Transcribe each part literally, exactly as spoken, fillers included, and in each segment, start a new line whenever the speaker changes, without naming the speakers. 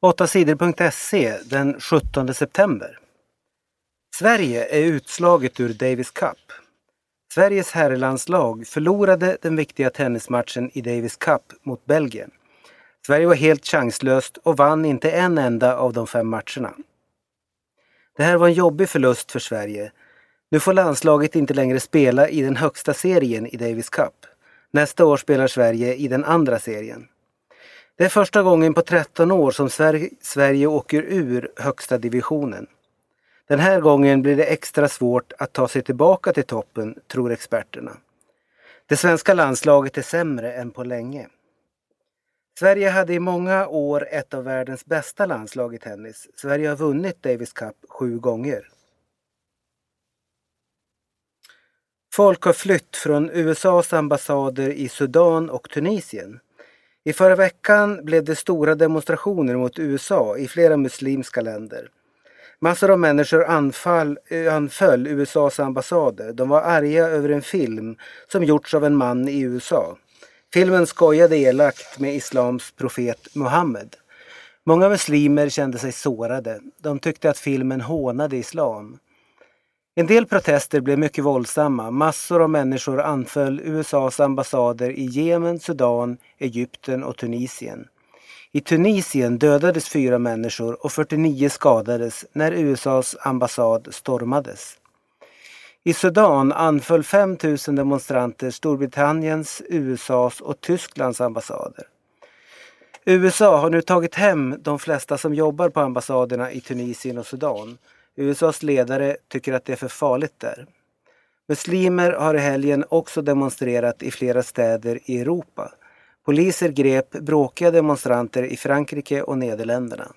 åtta sidor punkt se den sjuttonde september. Sverige är utslaget ur Davis Cup. Sveriges herrlandslag förlorade den viktiga tennismatchen i Davis Cup mot Belgien. Sverige var helt chanslöst och vann inte en enda av de fem matcherna. Det här var en jobbig förlust för Sverige. Nu får landslaget inte längre spela i den högsta serien i Davis Cup. Nästa år spelar Sverige i den andra serien. Det är första gången på tretton år som Sverige, Sverige åker ur högsta divisionen. Den här gången blir det extra svårt att ta sig tillbaka till toppen, tror experterna. Det svenska landslaget är sämre än på länge. Sverige hade i många år ett av världens bästa landslag i tennis. Sverige har vunnit Davis Cup sju gånger. Folk har flytt från U S A:s ambassader i Sudan och Tunisien. I förra veckan blev det stora demonstrationer mot U S A i flera muslimska länder. Massor av människor anfall, anföll U S A:s ambassader. De var arga över en film som gjorts av en man i U S A. Filmen skojade elakt med islams profet Muhammed. Många muslimer kände sig sårade. De tyckte att filmen hånade islam. En del protester blev mycket våldsamma. Massor av människor anföll U S A:s ambassader i Jemen, Sudan, Egypten och Tunisien. I Tunisien dödades fyra människor och fyrtionio skadades när U S A:s ambassad stormades. I Sudan anföll fem tusen demonstranter Storbritanniens, U S A:s och Tysklands ambassader. U S A har nu tagit hem de flesta som jobbar på ambassaderna i Tunisien och Sudan. U S A:s ledare tycker att det är för farligt där. Muslimer har i helgen också demonstrerat i flera städer i Europa. Poliser grep bråkiga demonstranter i Frankrike och Nederländerna.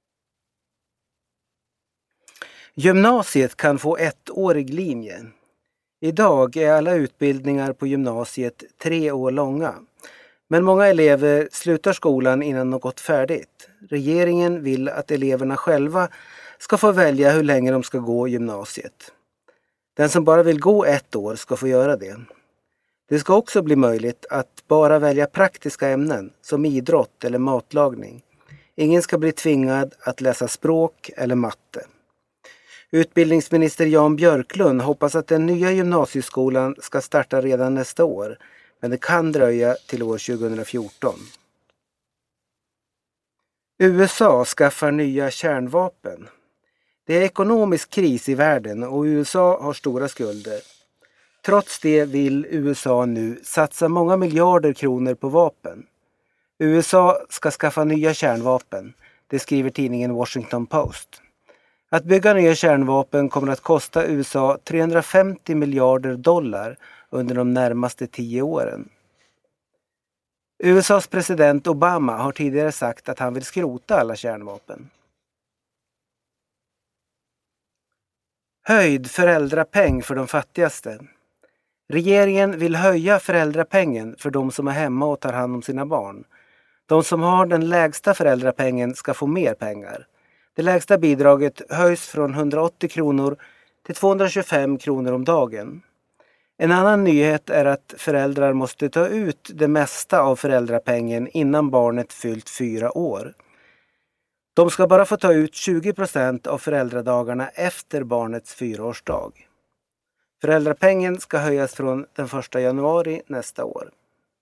Gymnasiet kan få ettårig linje. Idag är alla utbildningar på gymnasiet tre år långa. Men många elever slutar skolan innan de gått färdigt. Regeringen vill att eleverna själva ska få välja hur länge de ska gå gymnasiet. Den som bara vill gå ett år ska få göra det. Det ska också bli möjligt att bara välja praktiska ämnen som idrott eller matlagning. Ingen ska bli tvingad att läsa språk eller matte. Utbildningsminister Jan Björklund hoppas att den nya gymnasieskolan ska starta redan nästa år, men det kan dröja till år tjugohundrafjorton. U S A skaffar nya kärnvapen. Det är ekonomisk kris i världen och U S A har stora skulder. Trots det vill U S A nu satsa många miljarder kronor på vapen. U S A ska skaffa nya kärnvapen, det skriver tidningen Washington Post. Att bygga nya kärnvapen kommer att kosta U S A trehundrafemtio miljarder dollar under de närmaste tio åren. U S A:s president Obama har tidigare sagt att han vill skrota alla kärnvapen. Höjd föräldrapeng för de fattigaste. Regeringen vill höja föräldrapengen för de som är hemma och tar hand om sina barn. De som har den lägsta föräldrapengen ska få mer pengar. Det lägsta bidraget höjs från hundraåttio kronor till tvåhundratjugofem kronor om dagen. En annan nyhet är att föräldrar måste ta ut det mesta av föräldrapengen innan barnet fyllt fyra år. De ska bara få ta ut tjugo procent av föräldradagarna efter barnets fyraårsdag. Föräldrapengen ska höjas från den första januari nästa år.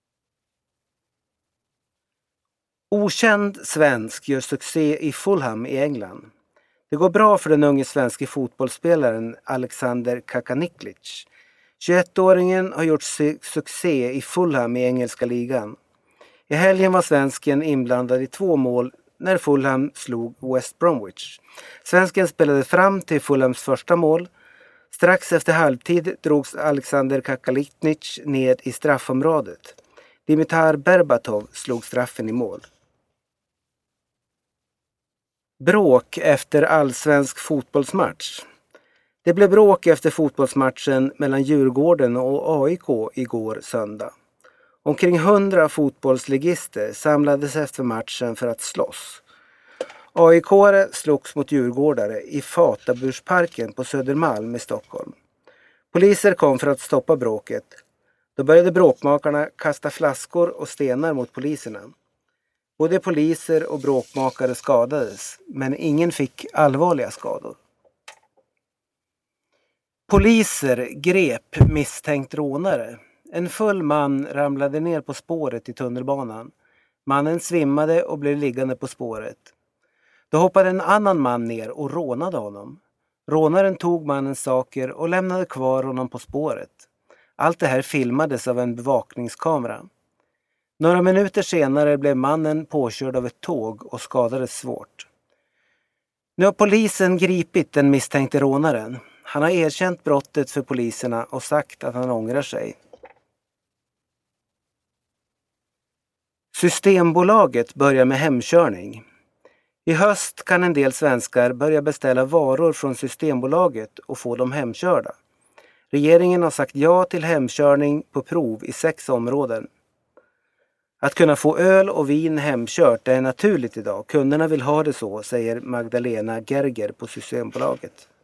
Okänd svensk gör succé i Fulham i England. Det går bra för den unge svenska fotbollsspelaren Alexander Kakaniklic. tjugoettåringen har gjort succé i Fulham i engelska ligan. I helgen var svensken inblandad i två mål när Fulham slog West Bromwich. Svensken spelade fram till Fulhams första mål. Strax efter halvtid drogs Alexander Kakaliknic ned i straffområdet. Dimitar Berbatov slog straffen i mål. Bråk efter allsvensk fotbollsmatch. Det blev bråk efter fotbollsmatchen mellan Djurgården och A I K igår söndag. Omkring hundra fotbollsligister samlades efter matchen för att slåss. A I K-are slogs mot djurgårdare i Fatabursparken på Södermalm i Stockholm. Poliser kom för att stoppa bråket. Då började bråkmakarna kasta flaskor och stenar mot poliserna. Både poliser och bråkmakare skadades, men ingen fick allvarliga skador. Poliser grep misstänkt rånare. En full man ramlade ner på spåret i tunnelbanan. Mannen svimmade och blev liggande på spåret. Då hoppade en annan man ner och rånade honom. Rånaren tog mannens saker och lämnade kvar honom på spåret. Allt det här filmades av en bevakningskamera. Några minuter senare blev mannen påkörd av ett tåg och skadades svårt. Nu har polisen gripit den misstänkte rånaren. Han har erkänt brottet för poliserna och sagt att han ångrar sig. Systembolaget börjar med hemkörning. I höst kan en del svenskar börja beställa varor från Systembolaget och få dem hemkörda. Regeringen har sagt ja till hemkörning på prov i sex områden. Att kunna få öl och vin hemkört är naturligt idag. Kunderna vill ha det så, säger Magdalena Gerger på Systembolaget.